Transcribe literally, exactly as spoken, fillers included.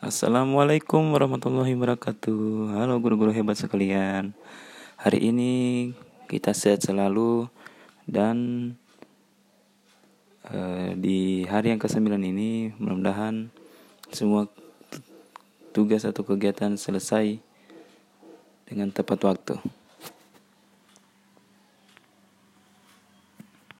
Assalamualaikum warahmatullahi wabarakatuh. Halo guru-guru hebat sekalian. Hari ini kita sehat selalu dan uh, di hari yang kesembilan ini mudah-mudahan semua tugas atau kegiatan selesai dengan tepat waktu.